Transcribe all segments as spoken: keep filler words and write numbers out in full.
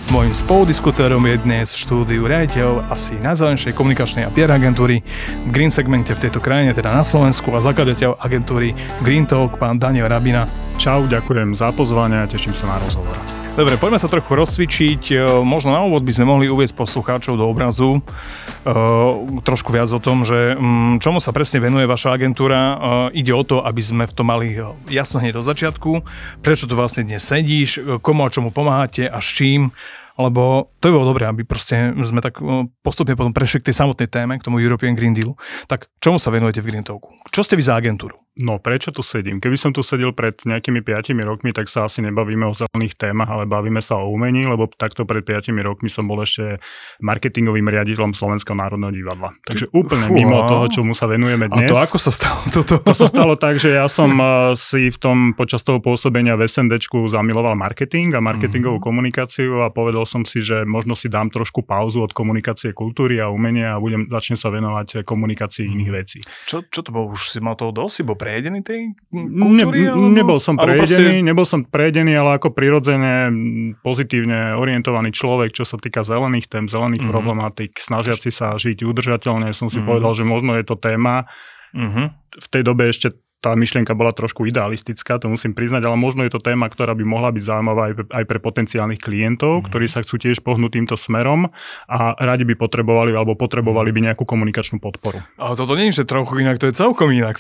Mojím spoludiskutérom je dnes v štúdiu riaditeľ asi najzelenšej komunikačnej a pé er agentúry v Green segmente v tejto krajine, teda na Slovensku, a zakladateľ agentúry Green Talk, pán Daniel Rabina. Čau, ďakujem za pozvanie a teším sa na rozhovor. Dobre, poďme sa trochu rozcvičiť. Možno na úvod by sme mohli uviesť poslucháčov do obrazu. Trošku viac o tom, že čomu sa presne venuje vaša agentúra. Ide o to, aby sme v tom mali jasno hneď do začiatku. Prečo tu vlastne dnes sedíš, komu a čomu pomáhate a s čím. Lebo to by bolo dobré, aby proste sme tak postupne potom prešli k tej samotnej téme, k tomu European Green Deal. Tak čomu sa venujete v Green Talku? Čo ste vy za agentúru? No, prečo tu sedím? Keby som tu sedel pred nejakými piatimi rokmi, tak sa asi nebavíme o zelených témach, ale bavíme sa o umení, lebo takto pred piatimi rokmi som bol ešte marketingovým riaditeľom Slovenského národného divadla. Takže úplne Fú, mimo toho, čomu sa venujeme dnes. A to ako sa stalo toto? To sa stalo tak, že ja som si v tom počas toho pôsobenia v SNDčku zamiloval marketing a marketingovú mm-hmm. komunikáciu a povedal som si, že možno si dám trošku pauzu od komunikácie kultúry a umenia a budem začnem sa venovať komunikácii mm-hmm. iných vecí. Čo, čo to bolo? Už si mal toho dosť? Bol prejedený tej kultúry? Ne, alebo, nebol som prejedený, proste... nebol som prejedený, ale ako prirodzene pozitívne orientovaný človek, čo sa týka zelených tém, zelených mm-hmm. problematík, snažiaci sa žiť udržateľne, som si mm-hmm. povedal, že možno je to téma. Mm-hmm. V tej dobe ešte tá myšlienka bola trošku idealistická, to musím priznať, ale možno je to téma, ktorá by mohla byť zaujímavá aj pre, aj pre potenciálnych klientov, mm. ktorí sa chcú tiež pohnúť týmto smerom a radi by potrebovali alebo potrebovali by nejakú komunikačnú podporu. Ale toto nie je, že trochu inak, to je celkom inak.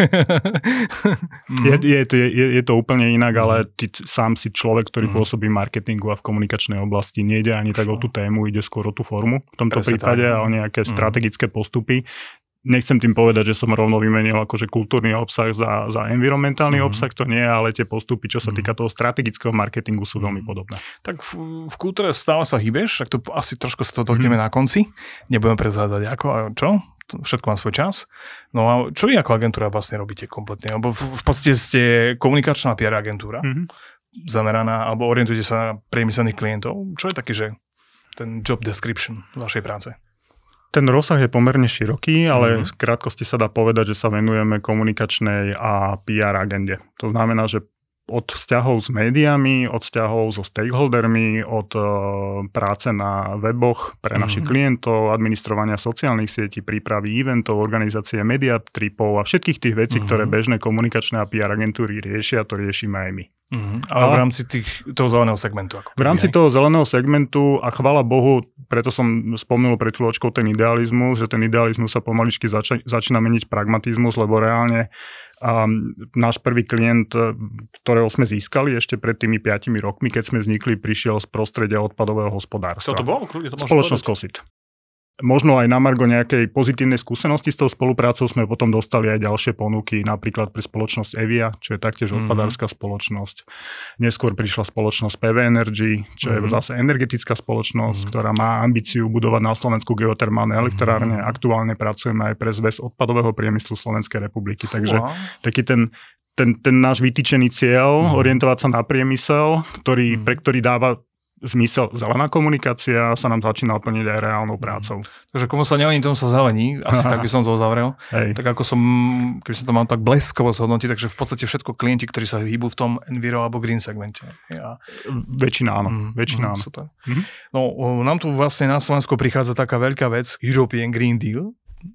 je, je, je, je, je to úplne inak, ale ty sám si človek, ktorý mm. pôsobí v marketingu a v komunikačnej oblasti, nejde ani tak o tú tému, ide skôr o tú formu v tomto Presne prípade tak. A o nejaké mm. strategické postupy. Nechcem tým povedať, že som rovno vymenil akože kultúrny obsah za, za environmentálny mm-hmm. obsah, to nie, ale tie postupy, čo sa týka toho strategického marketingu, sú veľmi podobné. Tak v, v kultúre stále sa hýbeš, tak to asi trošku sa to dotkneme mm-hmm. na konci. Nebudeme prezhádzať ako a čo, všetko má svoj čas. No a čo vy ako agentúra vlastne robíte kompletne? Lebo v, v podstate ste komunikačná pé er agentúra, mm-hmm. zameraná, alebo orientujete sa na priemyselných klientov. Čo je taký, že ten job description vašej práce? Ten rozsah je pomerne široký, ale mm-hmm. v krátkosti sa dá povedať, že sa venujeme komunikačnej a pé er agende. To znamená, že od vzťahov s médiami, od vzťahov so stakeholdermi, od uh, práce na weboch pre našich mm-hmm. klientov, administrovania sociálnych sietí, prípravy eventov, organizácie mediatripov a všetkých tých vecí, mm-hmm. ktoré bežné komunikačné a pé er agentúry riešia, to riešime aj my. Uh-huh. Ale, ale v rámci tých, toho zeleného segmentu. Ako v rámci aj. toho zeleného segmentu a chvála Bohu, preto som spomenul pred chvíľočkou ten idealizmus, že ten idealizmus sa pomaličky zača, začína meniť pragmatizmus, lebo reálne um, náš prvý klient, ktorého sme získali ešte pred tými piatimi rokmi, keď sme vznikli, prišiel z prostredia odpadového hospodárstva. Čo to bolo? To Spoločnosť Kosit. Možno aj na margo nejakej pozitívnej skúsenosti s tou spoluprácou sme potom dostali aj ďalšie ponuky, napríklad pre spoločnosť Evia, čo je taktiež mm-hmm. odpadárska spoločnosť. Neskôr prišla spoločnosť pé vé Energy, čo mm-hmm. je zase energetická spoločnosť, mm-hmm. ktorá má ambíciu budovať na Slovensku geotermálne elektrárne. Mm-hmm. Aktuálne pracujeme aj pre zväz odpadového priemyslu Slovenskej republiky. Takže wow. taký ten, ten, ten náš vytýčený cieľ, mm-hmm. orientovať sa na priemysel, ktorý, mm-hmm. pre ktorý dáva zmysel zelená komunikácia, sa nám začína plniť aj reálnou prácou. Takže komu sa nehoní, tomu sa zelení. Asi Aha. tak by som to uzavrel. Hej. Tak ako som, keby som to mal tak bleskovo zhodnotiť, takže v podstate všetko klienti, ktorí sa hýbu v tom enviro alebo green segmente. Ja. Väčšina áno. Mm, Väčšina mm, áno. Super. Mm-hmm. No, nám tu vlastne na Slovensku prichádza taká veľká vec, European Green Deal.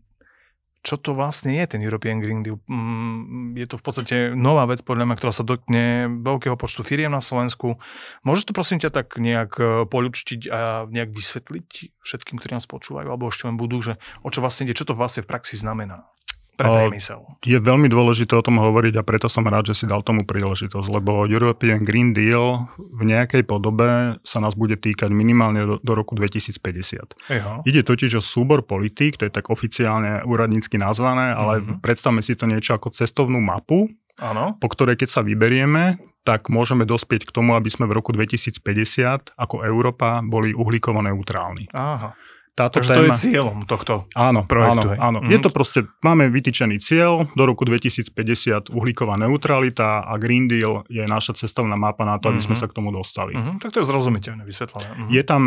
Čo to vlastne je ten European Green Deal? Je to v podstate nová vec, podľa mňa, ktorá sa dotkne veľkého počtu firiem na Slovensku. Môžeš to prosím ťa tak nejak poľučtiť a nejak vysvetliť všetkým, ktorí nás počúvajú, alebo ešte len budú, že o čo vlastne ide, čo to vlastne v praxi znamená pre priemysel? Je veľmi dôležité o tom hovoriť a preto som rád, že si dal tomu príležitosť, lebo European Green Deal v nejakej podobe sa nás bude týkať minimálne do, do roku dvetisícpäťdesiat. Eho. Ide totiž o súbor politík, to je tak oficiálne úradnícky nazvané, ale mm-hmm. predstavme si to niečo ako cestovnú mapu, Áno. po ktorej keď sa vyberieme, tak môžeme dospieť k tomu, aby sme v roku dvetisícpäťdesiat ako Európa boli uhlíkovo neutrálni. Aha. Táto Takže téma... to je cieľom tohto áno, projektu. Áno, áno. Mm-hmm. Je to proste, máme vytýčený cieľ, do roku dvetisícpäťdesiat uhlíková neutralita a Green Deal je naša cestovná mapa na to, aby mm-hmm. sme sa k tomu dostali. Mm-hmm. Tak to je zrozumiteľné, vysvetlené. Mm-hmm. Je tam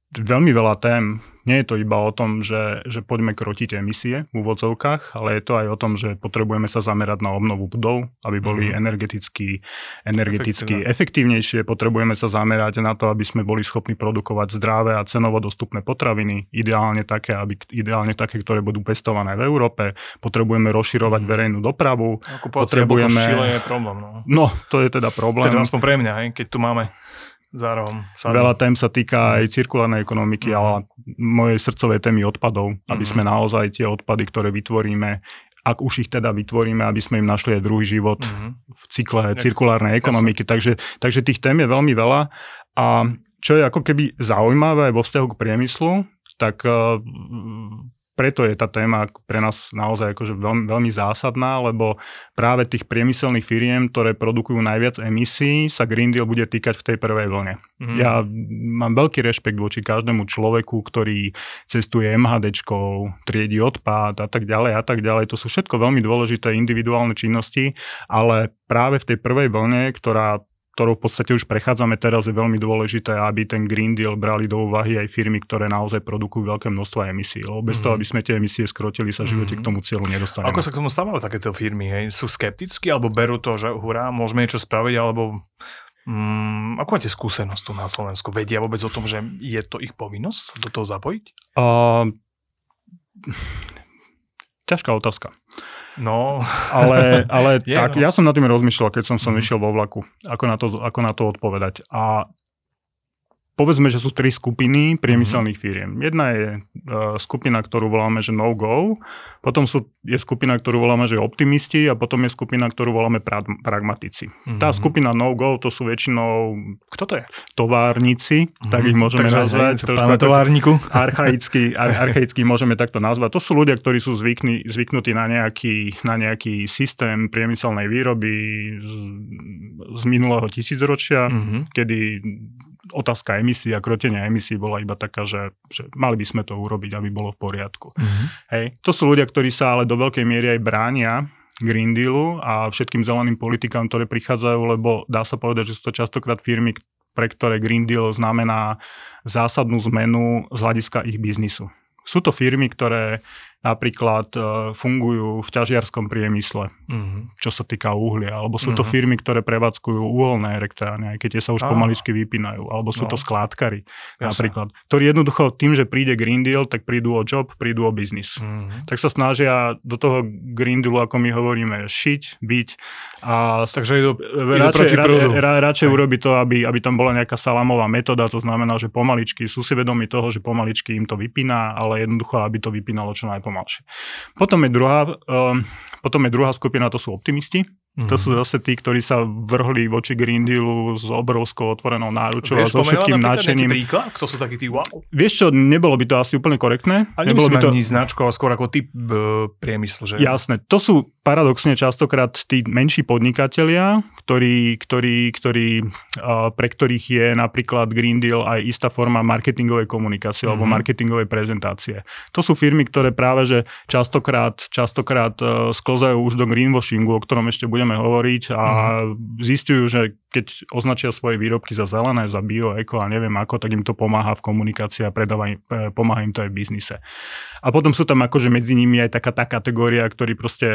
veľmi veľa tém. Nie je to iba o tom, že, že poďme krotiť emisie v úvodzovkách, ale je to aj o tom, že potrebujeme sa zamerať na obnovu budov, aby boli mm. energeticky, energeticky efektívnejšie. Potrebujeme sa zamerať na to, aby sme boli schopní produkovať zdravé a cenovo dostupné potraviny, ideálne také, aby, ideálne také, ktoré budú pestované v Európe. Potrebujeme rozširovať mm. verejnú dopravu. Okupácia potrebujeme... Šile je problém. No. no, to je teda problém. Teda aspoň pre mňa, hej, keď tu máme zároveň. Veľa tém sa týka aj cirkulárnej ekonomiky, mm. ale mojej srdcovej témy odpadov, aby mm. sme naozaj tie odpady, ktoré vytvoríme, ak už ich teda vytvoríme, aby sme im našli aj druhý život mm. v cykle Jak, cirkulárnej ekonomiky. Takže, takže tých tém je veľmi veľa. A čo je ako keby zaujímavé vo vzťahu k priemyslu, tak uh, preto je tá téma pre nás naozaj akože veľmi, veľmi zásadná, lebo práve tých priemyselných firiem, ktoré produkujú najviac emisí, sa Green Deal bude týkať v tej prvej vlne. Mm. Ja mám veľký rešpekt voči každému človeku, ktorý cestuje MHDčkou, triedi odpad a tak ďalej a tak ďalej. To sú všetko veľmi dôležité individuálne činnosti, ale práve v tej prvej vlne, ktorá ktorou v podstate už prechádzame teraz, je veľmi dôležité, aby ten Green Deal brali do úvahy aj firmy, ktoré naozaj produkujú veľké množstvo emisí. Lebo bez mm. toho, aby sme tie emisie skrotili, sa v živote mm. k tomu cieľu nedostaneme. Ako sa k tomu stávajú takéto firmy? Hej? Sú skeptickí, alebo berú to, že hurá, môžeme niečo spraviť, alebo mm, ako máte skúsenosť tu na Slovensku? Vedia vôbec o tom, že je to ich povinnosť sa do toho zapojiť? Uh, ťažká otázka. No. Ale, ale je, tak, no. ja som nad tým rozmýšľal, keď som som mm. išiel vo vlaku, ako na, to, ako na to odpovedať. A povedzme, že sú tri skupiny priemyselných firiem. Jedna je uh, skupina, ktorú voláme, že no-go, potom sú, je skupina, ktorú voláme, že optimisti a potom je skupina, ktorú voláme pra, pragmatici. Mm-hmm. Tá skupina no-go, to sú väčšinou... Kto to je? Továrnici, mm-hmm. tak ich môžeme Takže nazvať. Pána továrniku. Archaicky, ar, archaicky môžeme takto nazvať. To sú ľudia, ktorí sú zvykni, zvyknutí na nejaký, na nejaký systém priemyselnej výroby z, z minulého tisícročia, mm-hmm. kedy otázka emisí a krotenia emisí bola iba taká, že, že mali by sme to urobiť, aby bolo v poriadku. Mm-hmm. Hej. To sú ľudia, ktorí sa ale do veľkej miery aj bránia Green Dealu a všetkým zeleným politikám, ktoré prichádzajú, lebo dá sa povedať, že sú to častokrát firmy, pre ktoré Green Deal znamená zásadnú zmenu z hľadiska ich biznisu. Sú to firmy, ktoré napríklad uh, fungujú v ťažiarskom priemysle, mm-hmm. čo sa týka uhlia, alebo sú mm-hmm. to firmy, ktoré prevádzkujú uholné elektrárne, aj keď tie sa už ah. pomaličky vypínajú, alebo sú no. to skládkari napríklad, ktorí jednoducho tým, že príde Green Deal, tak prídu o job, prídu o biznis. Mm-hmm. Tak sa snažia do toho Green Dealu, ako my hovoríme, šiť, byť a takže idú, radšej, idú ra, ra, radšej urobiť to, aby, aby tam bola nejaká salamová metóda, to znamená, že pomaličky sú si vedomi toho, že pomaličky im to vypína, ale jednoducho, aby to vypínalo čo najpomalšie. Potom je druhá, um, potom je druhá skupina, to sú optimisti. Mm-hmm. To sú zase tí, ktorí sa vrhli voči Green Dealu s obrovskou otvorenou náručou a so všetkým nadšením. Vieš, príklad? Kto sú takí tí wow? Vieš čo, nebolo by to asi úplne korektné. Ale nemusíme to... ani značku, ale skôr ako typ uh, priemysl. Že? Jasné. To sú paradoxne častokrát tí menší podnikatelia, ktorí, ktorí, ktorí, uh, pre ktorých je napríklad Green Deal aj istá forma marketingovej komunikácie mm-hmm. alebo marketingovej prezentácie. To sú firmy, ktoré práve že častokrát, častokrát uh, sklzajú už do greenwashingu, o ktorom ešte budeme hovoriť a mm. zistujú, že keď označia svoje výrobky za zelené, za bio, eko a neviem ako, tak im to pomáha v komunikácii a predáva, pomáha im to aj v biznise. A potom sú tam akože medzi nimi aj taká tá kategória, ktorí proste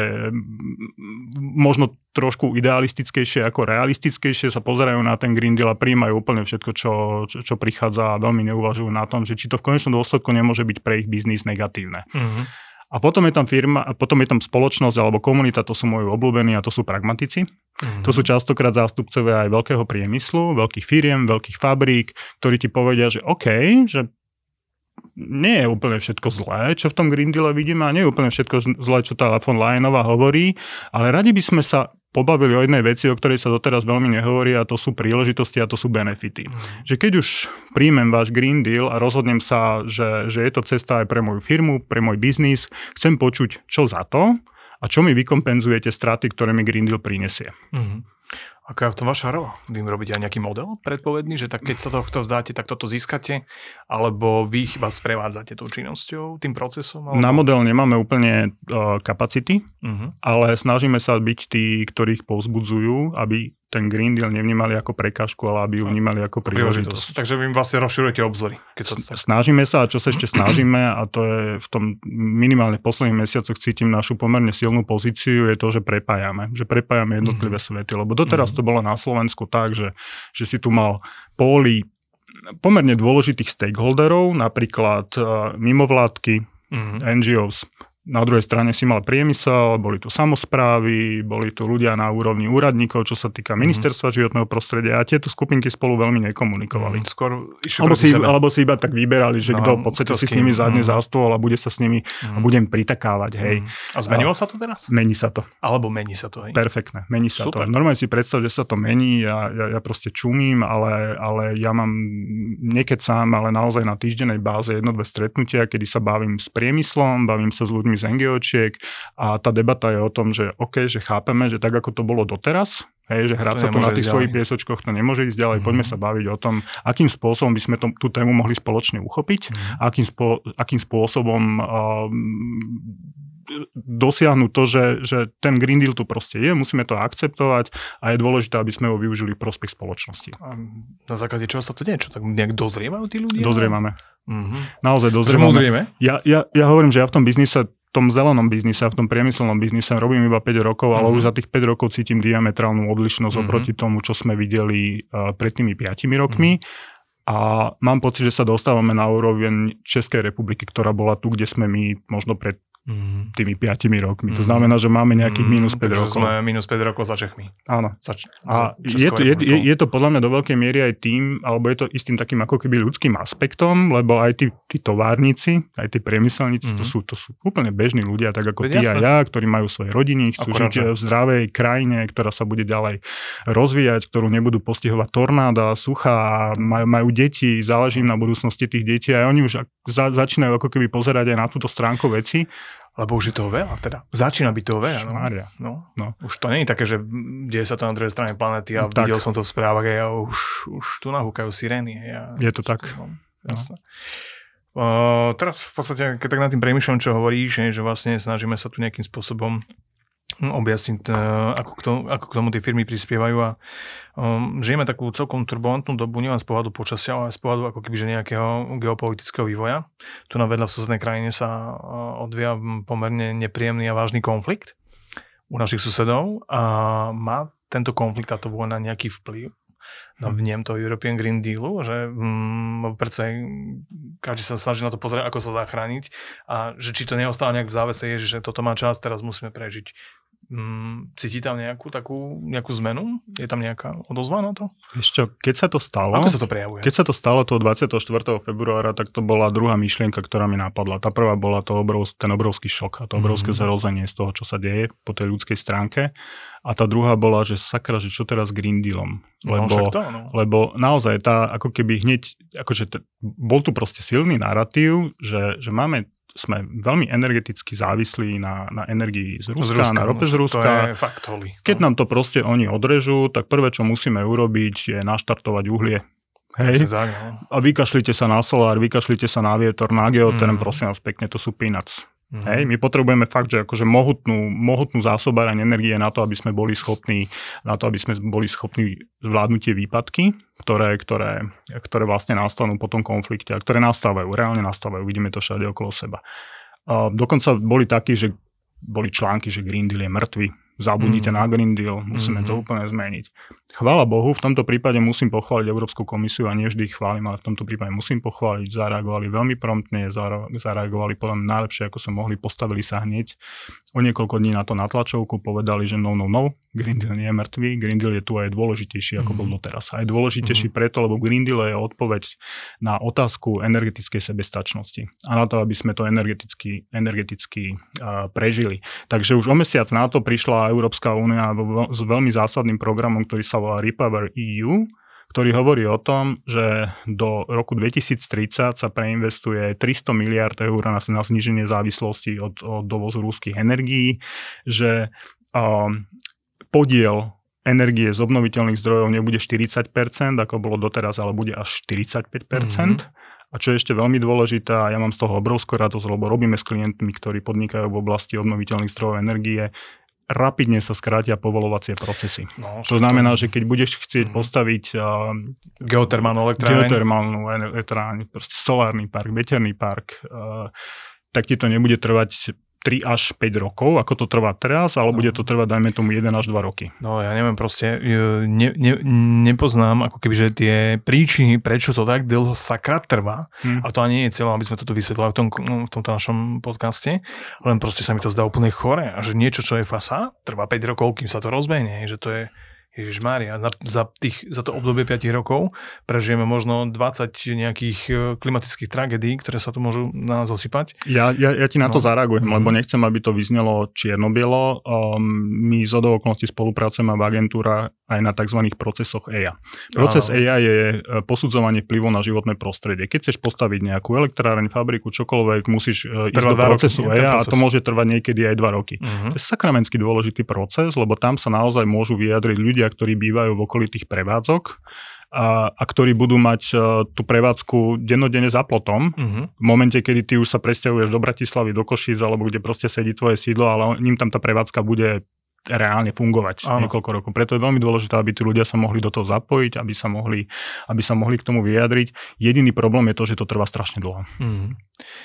možno trošku idealistickejšie ako realistickejšie sa pozerajú na ten Green Deal a prijímajú úplne všetko, čo, čo, čo prichádza a veľmi neuvažujú na tom, že či to v konečnom dôsledku nemôže byť pre ich biznis negatívne. Mm. A potom je tam firma, a potom je tam spoločnosť alebo komunita, to sú moji obľúbení a to sú pragmatici. Mm. To sú častokrát zástupcovia aj veľkého priemyslu, veľkých firiem, veľkých fabrík, ktorí ti povedia, že OK, že nie je úplne všetko zlé, čo v tom Green Deale vidíme a nie je úplne všetko zlé, čo tá von Leyenová hovorí, ale radi by sme sa pobavili o jednej veci, o ktorej sa doteraz veľmi nehovorí a to sú príležitosti a to sú benefity. Mm. Že keď už príjmem váš Green Deal a rozhodnem sa, že, že je to cesta aj pre moju firmu, pre môj biznis, chcem počuť, čo za to a čo mi vykompenzujete straty, ktoré mi Green Deal prinesie. Mm. Aká je v tom vaša rola? Vy robiť aj nejaký model predpovedný, že tak keď sa tohto vzdáte, tak toto získate? Alebo vy iba sprevádzate tou činnosťou, tým procesom? Alebo... Na model nemáme úplne uh, kapacity, uh-huh. ale snažíme sa byť tí, ktorých povzbudzujú, aby ten Green Deal nevnímali ako prekážku, ale aby ju vnímali ako príležitosť. Takže vy im vlastne rozširujete obzory. Keď sa tak... Snažíme sa, a čo sa ešte snažíme, a to je v tom minimálne v posledných mesiacoch cítim našu pomerne silnú pozíciu, je to, že prepájame. Že prepájame jednotlivé mm-hmm. svety. Lebo doteraz mm-hmm. to bolo na Slovensku tak, že, že si tu mal póly pomerne dôležitých stakeholderov, napríklad uh, mimovládky, mm-hmm. en gé os. Na druhej strane si mal priemysel, boli tu samosprávy, boli tu ľudia na úrovni úradníkov, čo sa týka ministerstva mm. životného prostredia a tieto skupinky spolu veľmi nekomunikovali. Mm, skôr alebo, si, alebo si iba tak vyberali, že no, kto v podstate si s nimi zadne mm. zástôl a bude sa s nimi mm. a budem pritakávať. Hej. Mm. A zmenilo a, sa to teraz? Mení sa to. Alebo mení sa to, hej? Perfektné, mení sa Super. to. Normálne si predstav, že sa to mení, ja, ja, ja proste čumím, ale, ale ja mám nekecám, ale naozaj na týždennej báze jedno, dve stretnutia, kedy sa bavím s priemyslom, bavím sa s ľuďmi z NGOčiek a tá debata je o tom, že OK, že chápeme, že tak ako to bolo doteraz, hej, že hrať sa tu na tých svojich piesočkoch, to nemôže ísť ďalej, mm-hmm. poďme sa baviť o tom, akým spôsobom by sme to, tú tému mohli spoločne uchopiť, mm-hmm. akým, spo, akým spôsobom uh, dosiahnuť to, že, že ten Green Deal tu proste je, musíme to akceptovať a je dôležité, aby sme ho využili v prospech spoločnosti. A na základe čoho sa to deje? Čo tak nejak dozrievajú tí ľudia? Dozrievame. Mm-hmm. Naozaj dozrievame. Že ja, ja, ja hovorím, že ja v tom biznise v tom zelenom biznise a v tom priemyselnom biznise robím iba päť rokov, ale mm-hmm. už za tých päť rokov cítim diametrálnu odlišnosť mm-hmm. oproti tomu, čo sme videli uh, pred tými piatimi rokmi. Mm-hmm. A mám pocit, že sa dostávame na úroveň Českej republiky, ktorá bola tu, kde sme my možno pred mm. tými piatimi rokmi. To znamená, že máme nejakých mm, mínus päť rokov. Sme mínus päť rokov za Čechmi. Áno. Za, a je to, je, je, je to podľa mňa do veľkej miery aj tým, alebo je to istým takým ako keby ľudským aspektom, lebo aj tí, tí továrnici, aj tí priemyselníci, mm. to, sú, to sú úplne bežní ľudia, tak ako ty a ja, ktorí majú svoje rodiny, chcú žiť v zdravej krajine, ktorá sa bude ďalej rozvíjať, ktorú nebudú postihovať tornáda, suchá, majú, majú deti, záleží im na budúcnosti tých detí a oni už za, začínajú ako keby pozerať aj na túto stránku veci. Lebo už je toho veľa, teda začína byť toho veľa. No. No. No. Už to nie je také, že deje sa to na druhej strane planety a tak. Videl som to v správach a už, už tu nahúkajú sirény. Ja, je to tak. No, jasné. No. Uh, teraz v podstate, keď tak nad tým premýšľam, čo hovoríš, že vlastne snažíme sa tu nejakým spôsobom objasniť, ako k tomu, ako k tomu tie firmy prispievajú a um, žijeme takú celkom turbulentnú dobu, nielen z pohľadu počasia, ale aj z pohľadu ako keby, že nejakého geopolitického vývoja. Tu na vedľa v susednej krajine sa odvíja pomerne nepríjemný a vážny konflikt u našich susedov a má tento konflikt a to vojna nejaký vplyv na vnem toho European Green Dealu, že um, predsa každý sa snaží na to pozrieť, ako sa zachrániť a že či to neostáva nejak v závese, je, že toto má čas, teraz musíme prežiť. Um, cíti tam nejakú takú nejakú zmenu? Je tam nejaká odozva na to? Ešte, keď sa to stalo... Ako sa to prejavuje? Keď sa to stalo toho dvadsiateho štvrtého februára, tak to bola druhá myšlienka, ktorá mi napadla. Tá prvá bola to obrov, ten obrovský šok a to obrovské mm-hmm. zarozenie z toho, čo sa deje po tej ľudskej stránke. A tá druhá bola, že sakra, že čo teraz s Green Dealom? Lebo, no, to, no. lebo naozaj tá, ako keby hneď, akože t- bol tu proste silný narratív, že, že máme sme veľmi energeticky závislí na, na energii z Ruska, z Ruska na rope z Ruska. To je fakt holý. Keď nám to proste oni odrežú, tak prvé, čo musíme urobiť, je naštartovať uhlie. Hej. A vykašlite sa na solár, vykašlite sa na vietor, na geoterm, mm. prosím vás pekne, to sú peanuts. Mm. Hej, my potrebujeme fakt, že akože mohutnú, mohutnú zásobáreň energie na to, aby sme boli schopní, na to, aby sme boli schopní zvládnuť tie výpadky, ktoré, ktoré, ktoré vlastne nastanú po tom konflikte a ktoré nastávajú, reálne nastávajú, vidíme to všade okolo seba. A dokonca boli takí, že boli články, že Green Deal je mŕtvy. Zabudnite mm. na Green Deal, musíme mm. to úplne zmeniť. Chvála Bohu, v tomto prípade musím pochváliť Európsku komisiu a nie vždy ich chválim, ale v tomto prípade musím pochváliť, zareagovali veľmi promptne, zareagovali podľa mňa najlepšie, ako sa mohli, postavili sa hneď. O niekoľko dní na to na tlačovku povedali, že no, no, no, Green Deal nie je mŕtvy, Green Deal je tu a je dôležitejší, ako mm. bol doteraz. A je dôležitejší mm. preto, lebo Green Deal je odpoveď na otázku energetickej sebestačnosti a na to, aby sme to energeticky, energeticky uh, prežili. Takže už o mesiac na to prišla Európska únia s veľmi zásadným programom, ktorý sa volá Repower é ú, ktorý hovorí o tom, že do roku dvetisíctridsať sa preinvestuje tristo miliárd eur na, na zníženie závislosti od, od dovozu ruských energií, že um, podiel energie z obnoviteľných zdrojov nebude štyridsať percent, ako bolo doteraz, ale bude až štyridsaťpäť percent. Mm-hmm. A čo je ešte veľmi dôležité, a ja mám z toho obrovskú radosť, lebo robíme s klientmi, ktorí podnikajú v oblasti obnoviteľných zdrojov energie, rapidne sa skrátia povolovacie procesy. No, to znamená, to... že keď budeš chcieť mm-hmm. postaviť uh, geotermálnu elektráreň, geotermálnu elektráreň, proste solárny park, veterný park, uh, tak ti to nebude trvať tri až päť rokov, ako to trvá teraz, ale no. bude to trvať, dajme tomu, jeden až dva roky. No ja neviem, proste ne, ne, nepoznám ako keby, že tie príčiny, prečo to tak dlho sakrát trvá, hmm. a to ani nie je celé, aby sme toto vysvetlili v, tom, v tomto našom podcaste, len proste sa mi to zdá úplne chore, a že niečo, čo je fasa, trvá päť rokov, kým sa to rozbehne, že to je Ježišmária, za, tých, za to obdobie päť rokov prežijeme možno dvadsať nejakých klimatických tragédií, ktoré sa tu môžu na nás osypať. Ja, ja, ja ti na to no. zareagujem, mm. lebo nechcem, aby to vyznelo čierno-bielo. Um, my z okolností spolupracujeme v agentúre aj na tzv. Procesoch é í á. Proces é í á je posudzovanie vplyvu na životné prostredie. Keď chceš postaviť nejakú elektráreň, fabriku, čokoľvek, musíš Trvá ísť do procesu roky, é í á a to môže trvať niekedy aj dva roky. Mm-hmm. To je sakramentsky dôležitý proces, lebo tam sa naozaj môžu vyjadriť ľudia, ktorí bývajú v okolitých prevádzok a, a ktorí budú mať uh, tú prevádzku dennodenne za plotom. Uh-huh. V momente, kedy ty už sa presťahuješ do Bratislavy, do Košíc, alebo kde proste sedí tvoje sídlo, ale ním tam tá prevádzka bude reálne fungovať Áno. niekoľko rokov. Preto je veľmi dôležité, aby tí ľudia sa mohli do toho zapojiť, aby sa mohli, aby sa mohli k tomu vyjadriť. Jediný problém je to, že to trvá strašne dlho. Uh-huh.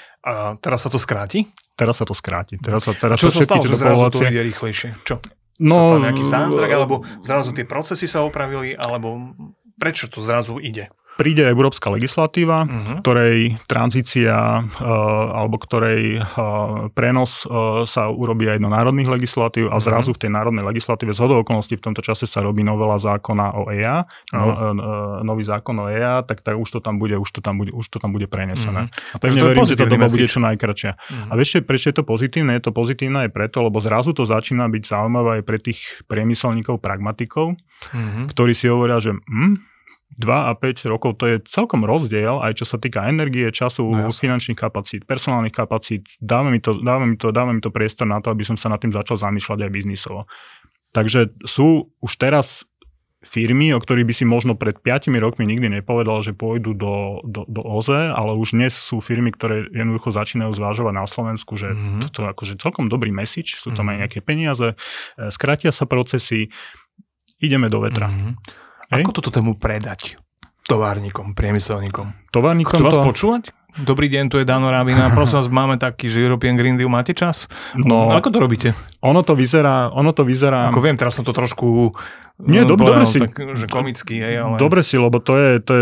A teraz sa to skráti? Teraz sa to skráti. Teraz sa, teraz čo sa stalo, že zrazu to ide rýchlejšie? Čo? No, sa stal nejaký zázrak, alebo zrazu tie procesy sa opravili, alebo prečo to zrazu ide? Príde európska legislatíva, uh-huh. ktorej tranzícia uh, alebo ktorej uh, prenos uh, sa urobí aj do národných legislatív a zrazu uh-huh. v tej národnej legislatíve zhodou okolností v tomto čase sa robí novela zákona o é í á, uh-huh. no, uh, nový zákon o é í á, tak, tak už to tam bude, už to tam bude, už to tam bude prenesené. Uh-huh. A pevne verím, že tá doba bude čo najkratšia. Uh-huh. A vieš, prečo je to pozitívne? Je to pozitívne aj preto, lebo zrazu to začína byť zaujímavé aj pre tých priemyselníkov, pragmatikov, uh-huh. ktorí si hovoria, že hm, dva a päť rokov, to je celkom rozdiel, aj čo sa týka energie, času, no, finančných kapacít, personálnych kapacít. Dáva mi to, dáva mi to, dáva mi to priestor na to, aby som sa nad tým začal zamýšľať aj biznisovo. Takže sú už teraz firmy, o ktorých by si možno pred piatimi rokmi nikdy nepovedal, že pôjdu do, do, do ó zet, ale už dnes sú firmy, ktoré jednoducho začínajú zvážovať na Slovensku, že mm-hmm. toto je akože celkom dobrý message, sú tam mm-hmm. aj nejaké peniaze, skrátia sa procesy, ideme do vetra. Mm-hmm. Hej. Ako toto tému predať továrnikom, priemyselníkom? Továrnikom Chcú vás to... počúvať? Dobrý deň, tu je Dano Rábina. Prosím vás, máme taký, že European Green Deal, máte čas? No, ako to robíte? Ono to vyzerá, ono to vyzerá... Ako viem, teraz som to trošku... Nie, dob- dobre si... Tak, že komický, hej, ale... Dobre si, lebo to je, to je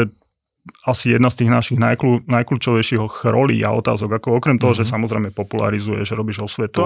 asi jedna z tých našich najkľú, najkľúčovejších rolí a otázok. Ako okrem toho, mm-hmm. že samozrejme popularizuješ, robíš osvetu,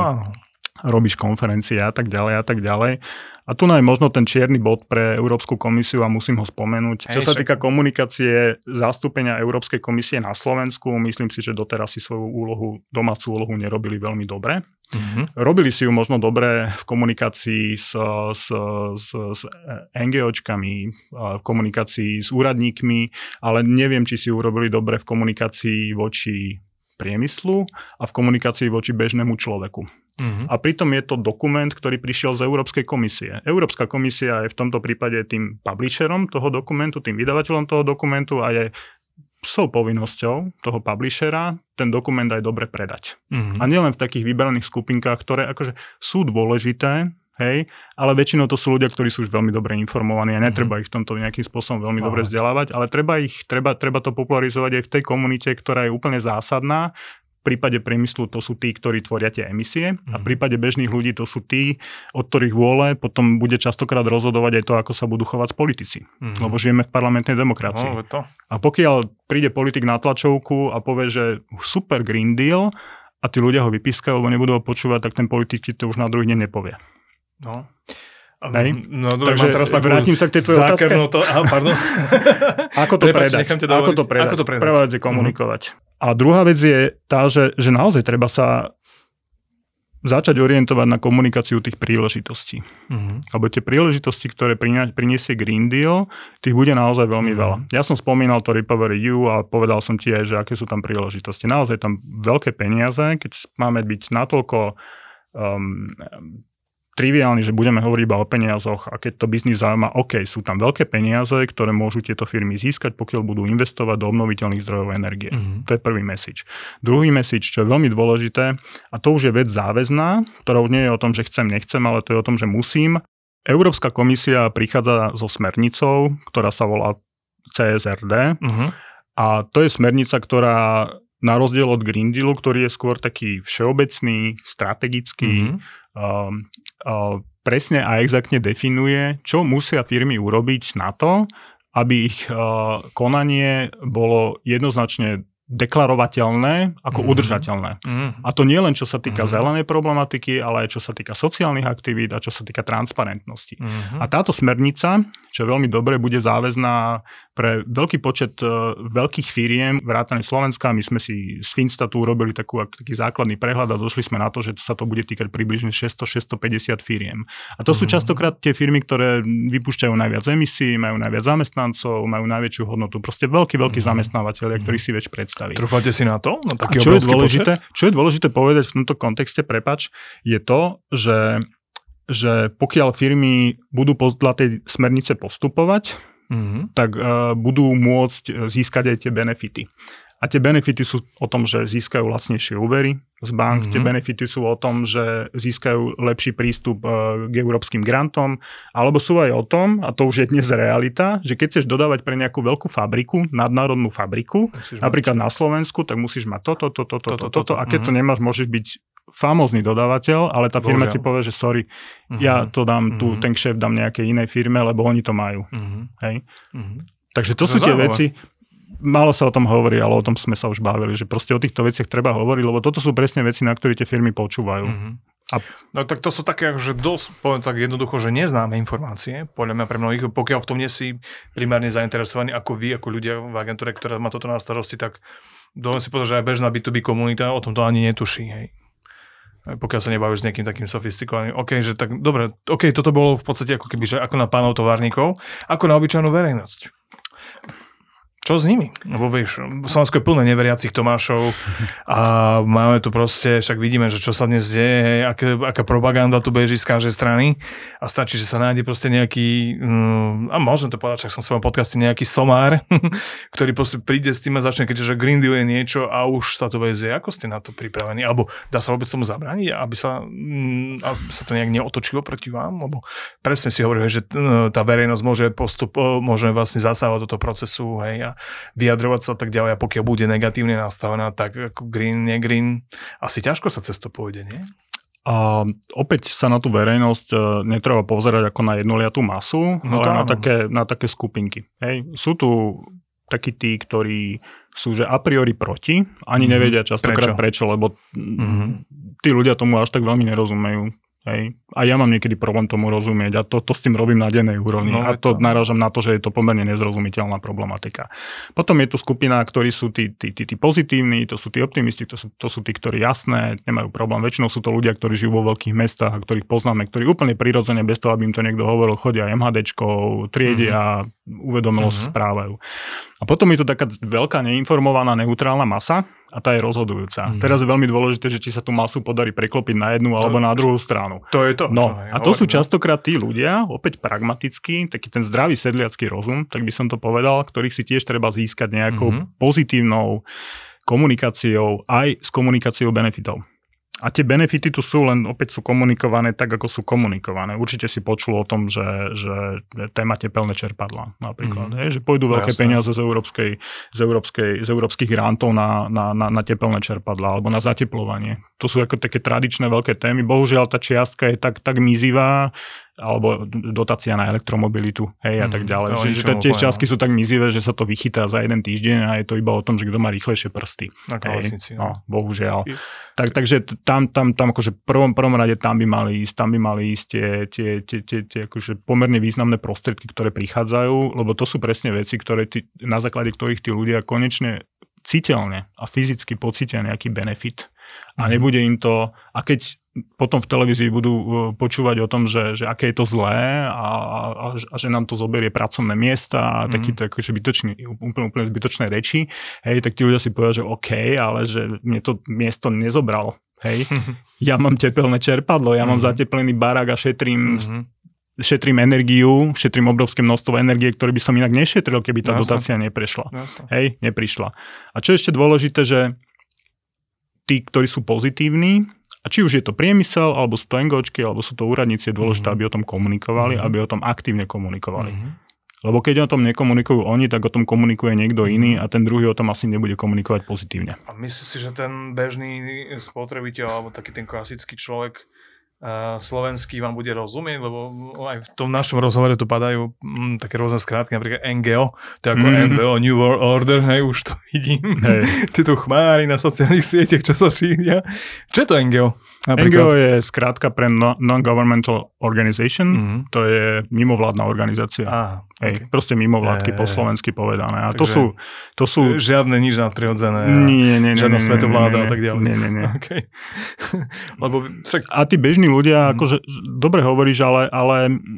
robíš konferencie a tak ďalej a tak ďalej. A tu je možno ten čierny bod pre Európsku komisiu a musím ho spomenúť. Hej, Čo sa však... týka komunikácie zastúpenia Európskej komisie na Slovensku, myslím si, že doteraz si svoju úlohu, domácu úlohu nerobili veľmi dobre. Mm-hmm. Robili si ju možno dobre v komunikácii s, s, s, s NGOčkami, v komunikácii s úradníkmi, ale neviem, či si ju urobili dobre v komunikácii voči priemyslu a v komunikácii voči bežnému človeku. Mm-hmm. A pritom je to dokument, ktorý prišiel z Európskej komisie. Európska komisia je v tomto prípade tým publisherom toho dokumentu, tým vydavateľom toho dokumentu a je psou povinnosťou toho publishera ten dokument aj dobre predať. Mm-hmm. A nielen v takých vybraných skupinkách, ktoré akože sú dôležité, hej, ale väčšinou to sú ľudia, ktorí sú už veľmi dobre informovaní a netreba mm-hmm. ich v tomto nejakým spôsobom veľmi Aha. dobre vzdelávať, ale treba ich, treba, treba to popularizovať aj v tej komunite, ktorá je úplne zásadná. V prípade priemyslu to sú tí, ktorí tvoria tie emisie mm-hmm. a v prípade bežných ľudí to sú tí, od ktorých vôle potom bude častokrát rozhodovať aj to, ako sa budú chovať politici. Mm-hmm. Lebo žijeme v parlamentnej demokracii. No, to. A pokiaľ príde politik na tlačovku a povie, že super Green Deal a tí ľudia ho vypískajú, alebo nebudú ho počúvať, tak ten politik to už na druhý deň nepovie. No. Hej? No, dobre, Takže teraz vrátim sa k tej tvojej otázke. To, aha, pardon. Ako to Prepač, predať? To Ako to predať? Ako to predať? Prvá vec je komunikovať. Mm-hmm. A druhá vec je tá, že, že naozaj treba sa začať orientovať na komunikáciu tých príležitostí. Mm-hmm. Lebo tie príležitosti, ktoré priniesie Green Deal, tých bude naozaj veľmi mm-hmm. veľa. Ja som spomínal to Recovery é ú a povedal som ti aj, že aké sú tam príležitosti. Naozaj tam veľké peniaze, keď máme byť natoľko um, triviálny, že budeme hovoriť iba o peniazoch a keď to biznis zaujíma, OK, sú tam veľké peniaze, ktoré môžu tieto firmy získať, pokiaľ budú investovať do obnoviteľných zdrojov energie. Mm-hmm. To je prvý message. Druhý message, čo je veľmi dôležité, a to už je vec záväzná, ktorá už nie je o tom, že chcem, nechcem, ale to je o tom, že musím. Európska komisia prichádza so smernicou, ktorá sa volá cé es er dé mm-hmm. a to je smernica, ktorá na rozdiel od Green Dealu, ktorý je skôr taký všeobecný, strategický, mm-hmm. uh, uh, presne a exaktne definuje, čo musia firmy urobiť na to, aby ich uh, konanie bolo jednoznačne deklarovateľné ako mm-hmm. udržateľné. Mm-hmm. A to nie len čo sa týka mm-hmm. zelenej problematiky, ale aj čo sa týka sociálnych aktivít a čo sa týka transparentnosti. Mm-hmm. A táto smernica, čo je veľmi dobre, bude záväzná pre veľký počet uh, veľkých firiem, vrátane Slovenska. My sme si z Finstatu urobili takú, taký základný prehľad a došli sme na to, že sa to bude týkať približne šesťsto až šesťstopäťdesiat firiem. A to mm-hmm. sú častokrát tie firmy, ktoré vypúšťajú najviac emisí, majú najviac zamestnancov, majú najväčšiu hodnotu. Proste veľkí, veľkí mm-hmm. zamestnávateľia, ktorí si vieš predstaviť. Trúfate si na to? Na taký čo, je dôležité, počet? čo je dôležité povedať v tomto kontexte, prepač, je to, že, že pokiaľ firmy budú podľa tej smernice postupovať, mm-hmm. tak uh, budú môcť získať aj tie benefity. A tie benefity sú o tom, že získajú lacnejšie úvery z bank, mm-hmm. tie benefity sú o tom, že získajú lepší prístup uh, k európskym grantom, alebo sú aj o tom, a to už je dnes realita, že keď chceš dodávať pre nejakú veľkú fabriku, nadnárodnú fabriku, musíš napríklad mať na Slovensku, tak musíš mať toto, toto, toto, toto, toto, a keď mm-hmm. to nemáš, môžeš byť famózny dodávateľ, ale tá firma Božiaľ. Ti povie, že sorry, mm-hmm. ja to dám, mm-hmm. tu ten kšeft dám nejakej inej firme, lebo oni to majú. Mm-hmm. Hej? Mm-hmm. Takže to, to sú tie zaujímavé veci. Málo sa o tom hovorí, ale o tom sme sa už bavili, že proste o týchto veciach treba hovoriť, lebo toto sú presne veci, na ktoré tie firmy počúvajú. Mm-hmm. A... No tak to sú také, že dosť, poviem tak jednoducho, že neznáme informácie, podľa mňa pre mnohých, pokiaľ v tom nie si primárne zainteresovaní ako vy, ako ľudia v agentúre, ktorá má toto na starosti, tak dovolím si povedať, že aj bežná bí tú bí komunita o tom to ani netuší, hej. Pokiaľ sa nebavíš s nejakým takým sofistikovaným. OK, že tak, dobre, OK, toto bolo v podstate ako keby, že ako na pánov továrnikov, ako na obyčajnú verejnosť. Čo s nimi? Lebo vieš, Slovensko je plné neveriacich Tomášov a máme tu proste, však vidíme, že čo sa dnes deje, hej, aké, aká propaganda tu beží z každej strany a stačí, že sa nájde proste nejaký, um, a môžem to povedať, však som v svojom podcaste nejaký somár, ktorý proste príde s tým a začne, keďže Green Deal je niečo a už sa to vezie. Ako ste na to pripravení? Alebo dá sa vôbec tomu zabrániť, aby sa, um, aby sa to nejak neotočilo proti vám? Lebo presne si hovoríme, že tá verejnosť môže postup, môže vlastne zasávať do toho procesu, hej, a vyjadrovať sa tak ďalej, a pokiaľ bude negatívne nastavená, tak ako green, nie green, asi ťažko sa cez to pôjde, nie? A opäť sa na tú verejnosť netreba pozerať ako na jednoliatú masu, no ale na také, na také skupinky. Hej. Sú tu takí tí, ktorí sú že a priori proti, ani mm-hmm. nevedia častokrát prečo, prečo lebo mm-hmm. tí ľudia tomu až tak veľmi nerozumejú. Hej. A ja mám niekedy problém tomu rozumieť a to, to s tým robím na dennej úrovni. No, a to, to narážam na to, že je to pomerne nezrozumiteľná problematika. Potom je tu skupina, ktorí sú tí, tí, tí, tí pozitívni, to sú tí optimisti, to sú, to sú tí, ktorí jasné, nemajú problém. Väčšinou sú to ľudia, ktorí žijú vo veľkých mestách a ktorých poznáme, ktorí úplne prirodzene, bez toho, aby im to niekto hovoril, chodia MHDčkou, triedia, mm-hmm. uvedomilo mm-hmm. sa správajú. A potom je to taká veľká neinformovaná neutrálna masa, a tá je rozhodujúca. Mm. Teraz je veľmi dôležité, že či sa tú masu podarí preklopiť na jednu alebo to, na druhú stranu. To je to. No, to je, a to sú častokrát tí ľudia, opäť pragmatický, taký ten zdravý sedliacky rozum, tak by som to povedal, ktorých si tiež treba získať nejakou mm-hmm. pozitívnou komunikáciou, aj s komunikáciou benefitov. A tie benefity tu sú, len opäť sú komunikované tak, ako sú komunikované. Určite si počul o tom, že, že téma tepelné čerpadlá napríklad. Mm. Je, že pôjdu veľké Jasne. peniaze z, európskej, z, európskej, z európskych grantov na, na, na, na tepelné čerpadlá alebo na zateplovanie. To sú ako také tradičné veľké témy. Bohužiaľ tá čiastka je tak, tak mizivá, alebo dotácia na elektromobilitu, hej, a tak ďalej. Mm, že, že tie čiastky sú tak mizivé, že sa to vychytá za jeden týždeň a je to iba o tom, že kto má rýchlejšie prsty. Hej, no, bohužiaľ. I... Tak, takže tam, tam, tam akože v prvom, prvom rade tam by mali ísť, tam by mali ísť tie, tie, tie, tie, tie akože pomerne významné prostriedky, ktoré prichádzajú, lebo to sú presne veci, ktoré tí, na základe ktorých tí ľudia konečne citeľne a fyzicky pocítia nejaký benefit. A nebude im to, a keď potom v televízii budú počúvať o tom, že, že aké je to zlé a, a, a že nám to zoberie pracovné miesta a mm. takýto akože bytočný, úplne, úplne zbytočné reči, hej, tak tí ľudia si povedia, že OK, ale že mne to miesto nezobral. hej. Ja mám tepelné čerpadlo, ja mám Mm-hmm. zateplený barák a šetrím, Mm-hmm. šetrím energiu, šetrím obrovské množstvo energie, ktoré by som inak nešetril, keby tá Jasne. dotácia neprešla. Jasne. Hej, neprišla. A čo je ešte dôležité, že tí, ktorí sú pozitívni, a či už je to priemysel, alebo sú to NGOčky, alebo sú to úradníci, je dôležité, Mm-hmm. aby o tom komunikovali, Mm-hmm. aby o tom aktívne komunikovali. Mm-hmm. Lebo keď o tom nekomunikujú oni, tak o tom komunikuje niekto iný a ten druhý o tom asi nebude komunikovať pozitívne. A myslíš si, že ten bežný spotrebiteľ, alebo taký ten klasický človek uh, slovenský vám bude rozumieť, lebo aj v tom našom rozhovore tu padajú mm, také rôzne skrátky, napríklad en gé ó, to je ako Mhm. en vé ó, New World Order, hej, už to vidím. Hej. Tieto chmáry na sociálnych sieťach, čo sa šíria. Čo je to en gé ó? en gé ó je skrátka pre no- Non-Governmental Organization, Mhm. to je mimovládna organizácia. Á, Hej, okay. proste mimovládky Je, je, po je. slovensky povedané. A to Takže- sú, to sú... Žiadne nič nadprirodzené. a Nie, nie, nie, Žiadna nie, nie, svetovláda nie, a tak ďalej. Nie, nie, nie. Okay. Lebo však... A tí bežní ľudia, Mhm. akože, dobre hovoríš, ale, ale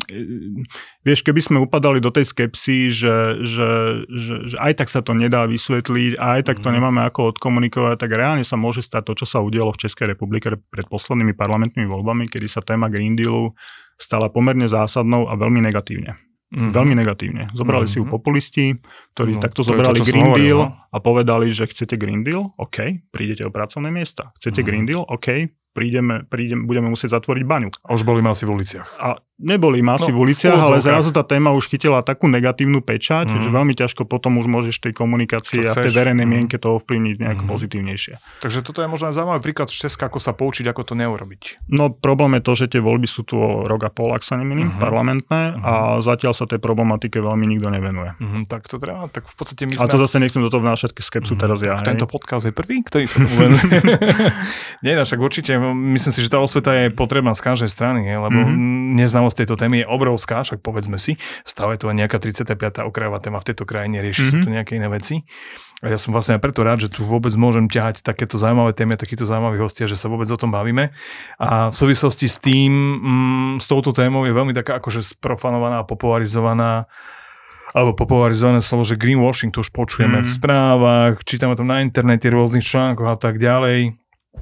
e, vieš, keby sme upadali do tej skepsy, že, že, že, že aj tak sa to nedá vysvetliť a aj tak to Mhm. nemáme ako odkomunikovať, tak reálne sa môže stať to, čo sa udialo v Českej republike pred poslednými parlamentnými voľbami, kedy sa téma Green Dealu stala pomerne zásadnou a veľmi negatívne. Mhm. Veľmi negatívne. Zobrali si ju Mhm. populisti, ktorí No, takto to je to, zobrali čo som Green hovoril, Deal no. a povedali, že chcete Green Deal, OK, prídete o pracovné miesta. Chcete Mhm. Green Deal, OK, prídeme, prídeme, budeme musieť zatvoriť baňu. A už boli masy v uliciach. A neboli masy No, v uliciach, v ale úvodzovkách. zrazu tá téma už chytila takú negatívnu pečať, Mhm. že veľmi ťažko potom už môžeš tej komunikácii Čo a tej chceš. verejnej Mhm. mienke to ovplyvniť nejako Mhm. pozitívnejšie. Takže toto je možno aj zaujímavý príklad z Česka, ako sa poučiť, ako to neurobiť. No problém je to, že tie voľby sú tu o rok a pol, ak sa nemýlim, Mhm. parlamentné Mhm. a zatiaľ sa tej problematike veľmi nikto nevenuje. Mhm, tak to treba, tak v podstate my A sme... to zase nechcem do toho vnášať skepsu Mhm. teraz ja. Tento hej. podcast je prvý, ktorý to uvedol. Nie, no, však určite, myslím si, že tá osveta je potrebná z každej strany, je, lebo Mhm. mm-hmm. neznámosť tejto témy je obrovská, však povedzme si, stále je to nejaká tridsiata piata okrajová téma v tejto krajine, rieši mm-hmm. sa Mhm. tu nejaké iné veci. A ja som vlastne aj preto rád, že tu vôbec môžem ťahať takéto zaujímavé témy, takýto zaujímaví hostia, že sa vôbec o tom bavíme. A v súvislosti s tým, mm, s touto témou je veľmi taká akože sprofanovaná a popularizovaná alebo popularizované slovo, že greenwashing, to už počujeme Mhm. v správach, čítame to na internete, rôznych článkoch a tak ďalej.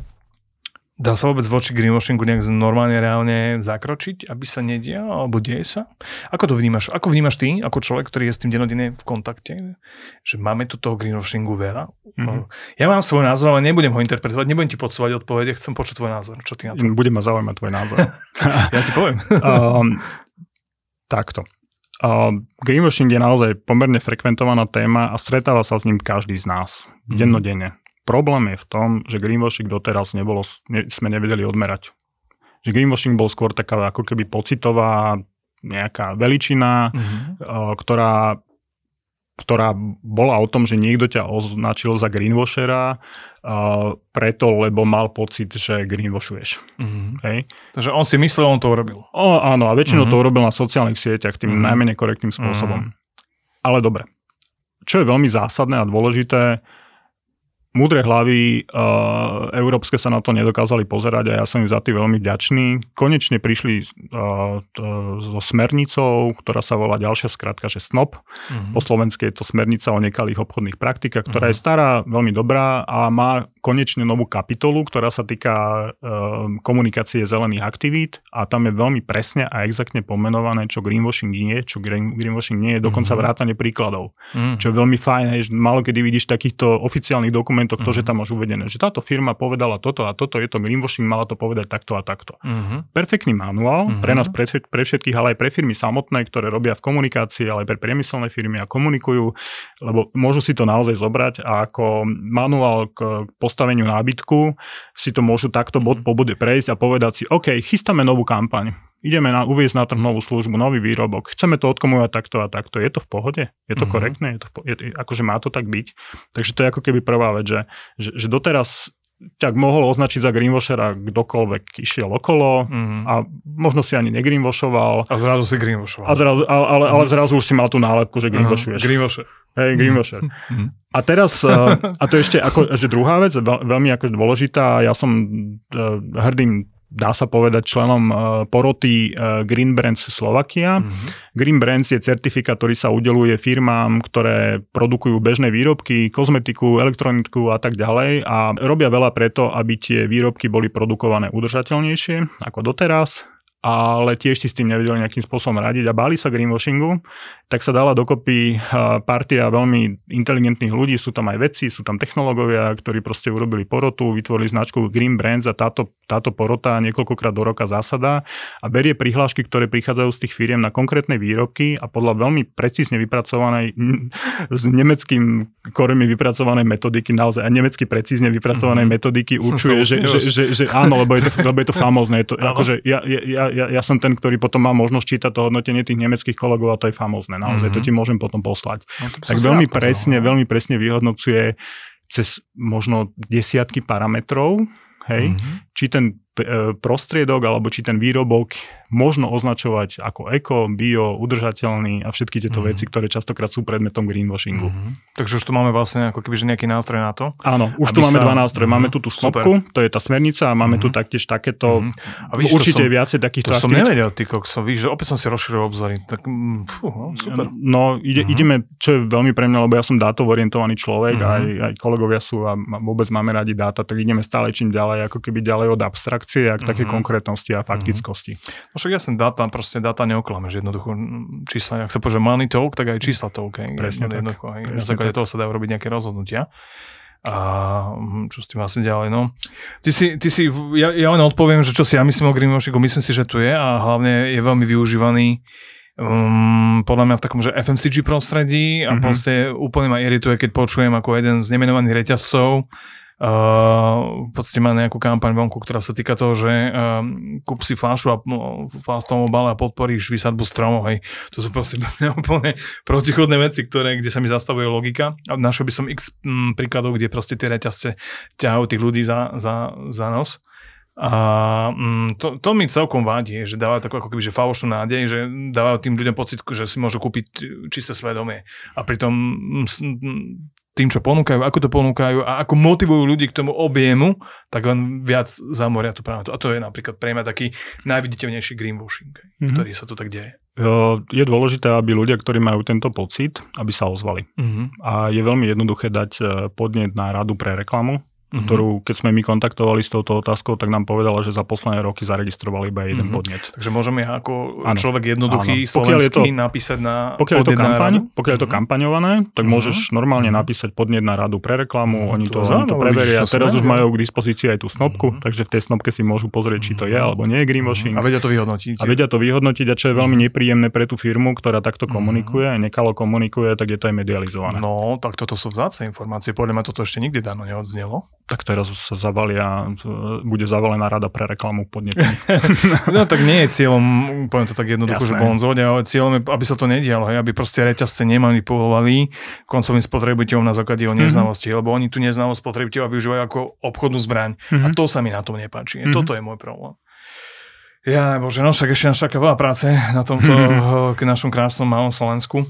Dá sa vôbec voči greenwashingu nejak normálne, reálne zakročiť, aby sa nedial, alebo deje sa? Ako to vnímaš? Ako vnímaš ty, ako človek, ktorý je s tým dennodenne v kontakte? Že máme tu toho greenwashingu veľa? Mhm. Ja mám svoj názor, ale nebudem ho interpretovať, nebudem ti podsúvať odpovede, chcem počuť tvoj názor. Čo ty na to? Bude ma zaujímať tvoj názor. Ja ti poviem. um, takto. Uh, greenwashing je naozaj pomerne frekventovaná téma a stretáva sa s ním každý z nás. Mhm. Dennodenne. Problém je v tom, že greenwashing doteraz nebolo, ne, sme nevedeli odmerať. Že greenwashing bol skôr taká ako keby pocitová nejaká veličina, Mhm. uh, ktorá, ktorá bola o tom, že niekto ťa označil za greenwashera uh, preto, lebo mal pocit, že greenwashuješ. Mhm. Hej? Takže on si myslel, on to urobil. O, áno, a väčšinou Mhm. to urobil na sociálnych sieťach tým Mhm. najmenej korektným spôsobom. Mhm. Ale dobre. Čo je veľmi zásadné a dôležité, múdre hlavy uh, európske sa na to nedokázali pozerať a ja som im za tým veľmi vďačný. Konečne prišli uh, to, so smernicou, ktorá sa volá ďalšia skratka, že es en o pé. Mhm. Po slovensky je to smernica o nekalých obchodných praktikách, ktorá Mhm. je stará, veľmi dobrá a má konečne novú kapitolu, ktorá sa týka uh, komunikácie zelených aktivít a tam je veľmi presne a exaktne pomenované, čo greenwashing je, čo green, greenwashing nie je, dokonca Mhm. vrátane príkladov. Mhm. Čo je veľmi fajn, hej, že málo kedy vidíš v takýchto oficiálnych dokumentoch to, Mhm. že tam máš uvedené, že táto firma povedala toto a toto, je to greenwashing, mala to povedať takto a takto. Mhm. Perfektný manuál Mhm. pre nás, pre, pre všetkých, ale aj pre firmy samotné, ktoré robia v komunikácii, ale aj pre priemyselné firmy a komunikujú, lebo môžu si to naozaj zobrať a ako manuál k postaveniu nábytku si to môžu takto bod po bode prejsť a povedať si, OK, chystáme novú kampaň. Ideme na, uviesť na trh novú službu, nový výrobok. Chceme to odkomunikovať takto a takto. Je to v pohode? Je to Mhm. korektné? Je to v po- je, akože má to tak byť? Takže to je ako keby prvá vec, že, že, že doteraz ťa mohol označiť za greenwashera kdokoľvek išiel okolo Mhm. a možno si ani negreenwashoval. A zrazu si greenwashoval. A zrazu, ale, ale, ale zrazu už si mal tú nálepku, že greenwashuješ. Greenwasher. Hej, greenwasher. Mhm. A teraz, a to ešte ako, že druhá vec, veľ, veľmi ako dôležitá, ja som hrdým dá sa povedať členom poroty Green Brands Slovakia. Mm-hmm. Green Brands je certifikát, ktorý sa udeľuje firmám, ktoré produkujú bežné výrobky, kozmetiku, elektroniku a tak ďalej a robia veľa preto, aby tie výrobky boli produkované udržateľnejšie ako doteraz, ale tiež si s tým nevedeli nejakým spôsobom radiť a báli sa greenwashingu, tak sa dala dokopy partia veľmi inteligentných ľudí, sú tam aj vedci, sú tam technológovia, ktorí proste urobili porotu, vytvorili značku Green Brands a táto, táto porota niekoľkokrát do roka zasadá a berie prihlášky, ktoré prichádzajú z tých firiem na konkrétne výrobky a podľa veľmi precízne vypracovanej s nemeckým koreňmi vypracovanej metodiky, naozaj a nemecky precízne vypracovanej mm-hmm. metodiky určuje, že, že, že, že áno, lebo je to, lebo je to famózne. Je to, akože ja, ja, ja, ja som ten, ktorý potom má možnosť čítať to hodnotenie tých nemeckých kolegov a to je famózne. Naozaj, mm-hmm. to ti môžem potom poslať. No, tak veľmi presne, veľmi presne vyhodnocuje cez možno desiatky parametrov, hej, mm-hmm. či ten prostriedok alebo či ten výrobok možno označovať ako eko, bio, udržateľný a všetky tieto mm-hmm. veci, ktoré častokrát sú predmetom greenwashingu. Mm-hmm. Takže už tu máme vlastne ako kebyže nejaký nástroj na to? Áno, už tu máme sa... dva nástroje. Mm-hmm. Máme tu tú snopku, to je tá smernica a máme mm-hmm. tu taktiež takéto, mm-hmm. a víš, určite som, viacej takýchto aktivít. To som nevedel, ty kokso, víš, že opäť som si rozšíril obzory. Tak, fú, no, super. No, ide, mm-hmm. ideme, čo je veľmi pre mňa, lebo ja som dátovo orientovaný človek, mm-hmm. aj, aj kolegovia sú a vôbec máme radi dáta, tak ideme stále čím ďalej, ako keby ďalej od abstrakcie a k také mm-hmm. konkrétnosti a faktickosti. No však jasne, dáta, proste dáta neoklameš jednoducho čísla. Ak sa povie money talk, tak aj čísla talk. Presne tak. Aj na základe toho sa dajú robiť nejaké rozhodnutia. A čo s tým vlastne ďalej, no. Ty si, ty si ja, ja len odpoviem, že čo si ja myslím o greenwashingu, myslím si, že tu je a hlavne je veľmi využívaný um, podľa mňa v takom, že ef em cé gé prostredí a mm-hmm. proste úplne ma irituje, keď počujem ako jeden z nemenovaných reťazcov Uh, v podstate má nejakú kampaň vonku, ktorá sa týka toho, že uh, kúp si fľašu a no, v plastovom obale a podporíš výsadbu stromov. Hej. To sú proste úplne protichodné veci, ktoré, kde sa mi zastavuje logika. A našiel by som x m, príkladov, kde proste tie reťazce ťahajú tých ľudí za, za, za nos. A mm, to, to mi celkom vadí, že dávajú takú ako keby, že falošnú nádej, že dávajú tým ľuďom pocit, že si môžu kúpiť čisté svedomie. A pritom mm, tým, čo ponúkajú, ako to ponúkajú a ako motivujú ľudí k tomu objemu, tak len viac zamoria tú práve. A to je napríklad pre mňa taký najviditeľnejší greenwashing, mm-hmm. ktorý sa tu tak deje. Je dôležité, aby ľudia, ktorí majú tento pocit, aby sa ozvali. Mm-hmm. A je veľmi jednoduché dať podnet na radu pre reklamu, mm-hmm. ktorú, keď sme my kontaktovali s touto otázkou, tak nám povedala, že za posledné roky zaregistrovali iba jeden mm-hmm. podnet. Takže môžeme ako ano. človek jednoduchý ano. slovenský to, napísať na pokiaľ je to kampaň, na pokiaľ je to kampaňované, tak mm-hmm. môžeš normálne mm-hmm. napísať podnet na radu pre reklamu, mm-hmm. oni to, to, oni to preveria a teraz už majú k dispozícii aj tú snopku, mm-hmm. takže v tej snopke si môžu pozrieť, či to je alebo nie je greenwashing. A vedia to vyhodnotiť. A vedia to vyhodnotiť a čo je veľmi nepríjemné pre tú firmu, ktorá takto komunikuje a nekalo komunikuje, tak je to aj medializované. No, tak toto sú vzácne informácie. Podľa mňa toto ešte nikdy dávno neodznelo. Tak teraz sa zavalia, bude zavalená rada pre reklamu podnetmi. No tak nie je cieľom, poviem to tak jednoducho, že bonzovať, ale cieľom je, aby sa to nedialo, hej, aby proste reťazce nemanipulovali koncovým spotrebiteľom na základe jeho neznalosti, mm-hmm. lebo oni tu neznalosť spotrebiteľa využívajú ako obchodnú zbraň. Mm-hmm. A to sa mi na tom nepáči. Mm-hmm. Toto je môj problém. Ja, bože, no však ešte nás čaká veľa práce na tomto mm-hmm. k našom krásnom malom Slovensku.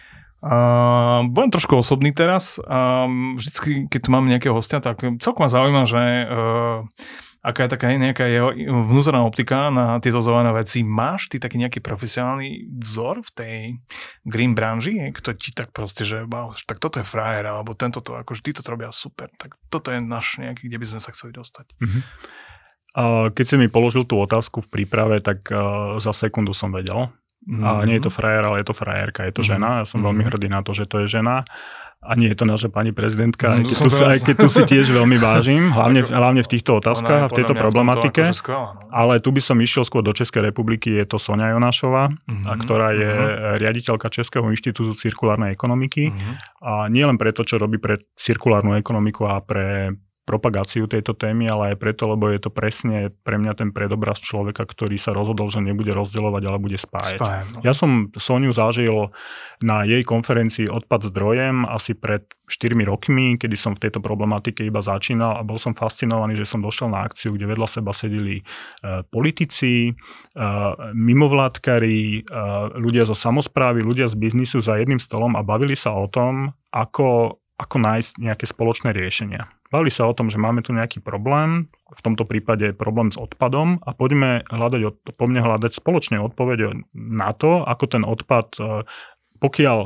Uh, budem trošku osobný teraz. Uh, vždycky, keď tu máme nejakého hostia, tak celkom ma zaujíma, že uh, aká je taká nejaká jeho vnútorná optika na tieto zelené veci. Máš ty taký nejaký profesionálny vzor v tej green branži? Kto ti tak proste, že wow, tak toto je frajer, alebo tento to, akože títo to robia super. Tak toto je náš nejaký, kde by sme sa chceli dostať. Mm-hmm. Uh, keď si mi položil tú otázku v príprave, tak uh, za sekundu som vedel. Mm-hmm. A nie je to frajer, ale je to frajerka, je to mm-hmm. žena. Ja som mm-hmm. veľmi hrdý na to, že to je žena. A nie je to naša pani prezidentka, mm, aj, keď tu, aj keď tu si tiež veľmi vážim, hlavne, hlavne v týchto otázkach a v tejto problematike. Akože skvelá, no. Ale tu by som išiel skôr do Českej republiky, je to Soňa Jonášová, mm-hmm. ktorá je mm-hmm. riaditeľka Českého inštitútu cirkulárnej ekonomiky. Mm-hmm. A nie len preto, čo robí pre cirkulárnu ekonomiku a pre propagáciu tejto témy, ale aj preto, lebo je to presne pre mňa ten predobraz človeka, ktorý sa rozhodol, že nebude rozdeľovať, ale bude spájať. Spájem, no. Ja som Soniu zažil na jej konferencii Odpad zdrojem asi pred štyrmi rokmi, kedy som v tejto problematike iba začínal a bol som fascinovaný, že som došiel na akciu, kde vedľa seba sedeli uh, politici, uh, mimovládkari, uh, ľudia zo samosprávy, ľudia z biznisu za jedným stolom a bavili sa o tom, ako ako nájsť nejaké spoločné riešenia. bavili sa o tom, že máme tu nejaký problém, v tomto prípade problém s odpadom a poďme hľadať, poďme hľadať spoločne odpoveď na to, ako ten odpad, pokiaľ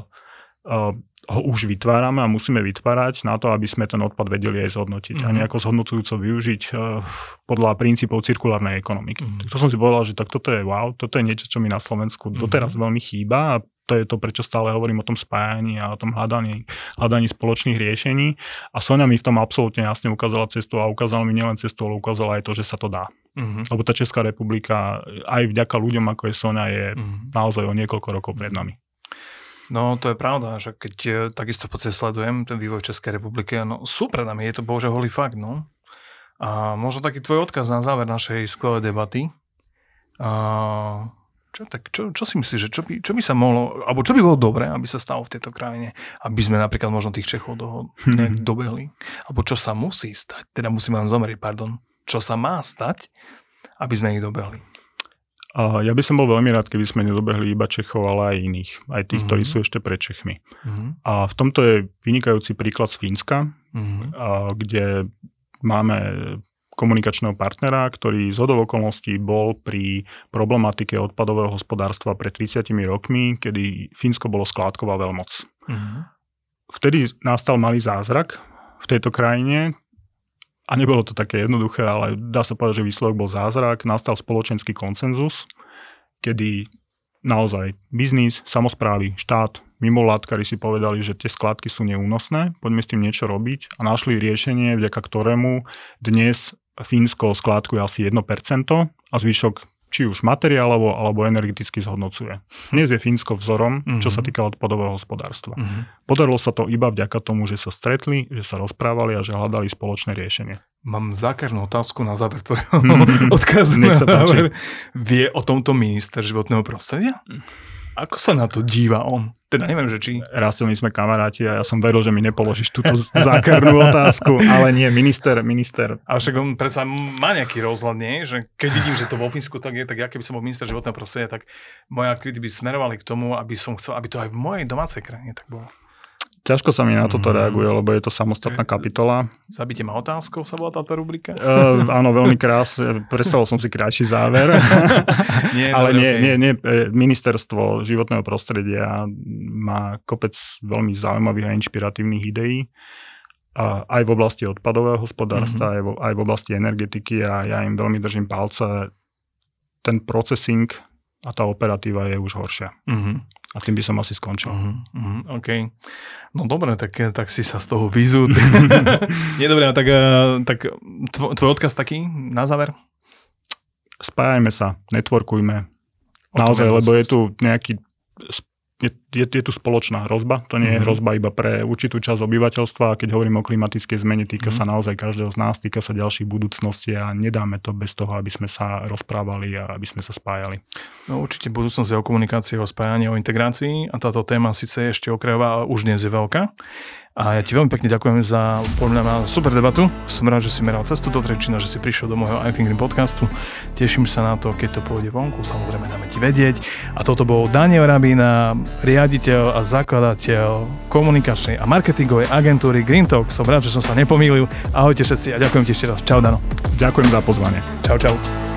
ho už vytvárame a musíme vytvárať na to, aby sme ten odpad vedeli aj zhodnotiť mm-hmm. a nejako zhodnocujúco využiť podľa princípov cirkulárnej ekonomiky. Mm-hmm. To som si povedal, že tak toto je wow, toto je niečo, čo mi na Slovensku mm-hmm. doteraz veľmi chýba a to je to, prečo stále hovorím o tom spájaní a o tom hľadaní, hľadaní spoločných riešení. A Soňa mi v tom absolútne jasne ukázala cestu a ukázala mi nielen cestu, ale ukázala aj to, že sa to dá. Mm-hmm. Lebo tá Česká republika aj vďaka ľuďom, ako je Soňa, je mm-hmm. naozaj o niekoľko rokov pred nami. No to je pravda, že keď e, takisto v podstate sledujem ten vývoj Českej republiky, no sú pred nami, je to bohužiaľ holý fakt, no. A možno taký tvoj odkaz na záver našej skvelej debaty. A Čo, tak, čo, čo si myslíš, že čo by, čo by sa mohlo, alebo čo by bolo dobré, aby sa stalo v tejto krajine, aby sme napríklad možno tých Čechov do, nejak dobehli? Alebo čo sa musí stať, teda musíme len zomrieť, pardon, čo sa má stať, aby sme ich dobehli? Uh, ja by som bol veľmi rád, keby sme nedobehli iba Čechov, ale aj iných, aj tých, mm-hmm. ktorí sú ešte pred Čechmi. Mm-hmm. A v tomto je vynikajúci príklad z Fínska, mm-hmm. uh, kde máme komunikačného partnera, ktorý z hodou okolností bol pri problematike odpadového hospodárstva pred tridsiatimi rokmi, kedy Fínsko bolo skládková veľmoc. Mm-hmm. Vtedy nastal malý zázrak v tejto krajine a nebolo to také jednoduché, ale dá sa povedať, že výsledok bol zázrak. Nastal spoločenský konsenzus, kedy naozaj biznis, samosprávy, štát, mimovládkari si povedali, že tie skládky sú neúnosné, poďme s tým niečo robiť a našli riešenie, vďaka ktorému dnes Fínsko skládkuje asi jedno percento a zvyšok či už materiálovo alebo energeticky zhodnocuje. Dnes je Fínsko vzorom, mm-hmm. čo sa týka odpadového hospodárstva. Mm-hmm. Podarilo sa to iba vďaka tomu, že sa stretli, že sa rozprávali a že hľadali spoločné riešenie. Mám zákernú otázku na záver tvojho mm-hmm. odkazu. Nech sa páči. Vie o tomto minister životného prostredia? Ako sa na to díva on? Teda neviem, že či... Rastio, my sme kamaráti a ja som veril, že mi nepoložíš túto zákernú otázku, ale nie, minister, minister. A však on predsa má nejaký rozhľad, nie? Že keď vidím, že to vo Fínsku tak je, tak ja keby som bol minister životného prostredia, tak moje aktivity by smerovali k tomu, aby som chcel, aby to aj v mojej domácej krajine tak bolo. Ťažko sa mi na toto reaguje, lebo je to samostatná kapitola. Zabite ma otázkou, sa bola táto rubrika? Uh, áno, veľmi krásne. Predstavil som si krajší záver. nie, Ale nie, okay. nie, nie. Ministerstvo životného prostredia má kopec veľmi zaujímavých a inšpiratívnych ideí. A aj v oblasti odpadového hospodárstva, mm-hmm. aj, v, aj v oblasti energetiky a ja im veľmi držím palce. Ten procesing a tá operatíva je už horšia. Mm-hmm. A tým by som asi skončil. Uh-huh, uh-huh, OK. No dobre, tak, tak si sa z toho vyzú. Nie dobré, tak, tak tvoj, tvoj odkaz taký na záver? Spájajme sa, networkujme. Naozaj, lebo je tu nejaký... Je, je, je tu spoločná hrozba. To nie je mm-hmm. hrozba iba pre určitú časť obyvateľstva. A keď hovorím o klimatickej zmene, týka mm-hmm. sa naozaj každého z nás, týka sa ďalších budúcností a nedáme to bez toho, aby sme sa rozprávali a aby sme sa spájali. No určite budúcnosť je o komunikácii, o spájaní, o integrácii a táto téma síce je ešte okrajová, ale už dnes je veľká. A ja ti veľmi pekne ďakujem za podľa mňa super debatu. Som rád, že si meral cestu do Trenčína, že si prišiel do môjho I Think Green podcastu. Teším sa na to, keď to pôjde vonku, samozrejme dáme ti vedieť. A toto bol Daniel Rabína, riaditeľ a zakladateľ komunikačnej a marketingovej agentúry Green Talk. Som rád, že som sa nepomýlil. Ahojte všetci a ďakujem ti ešte raz. Čau, Dano. Ďakujem za pozvanie. Čau, čau.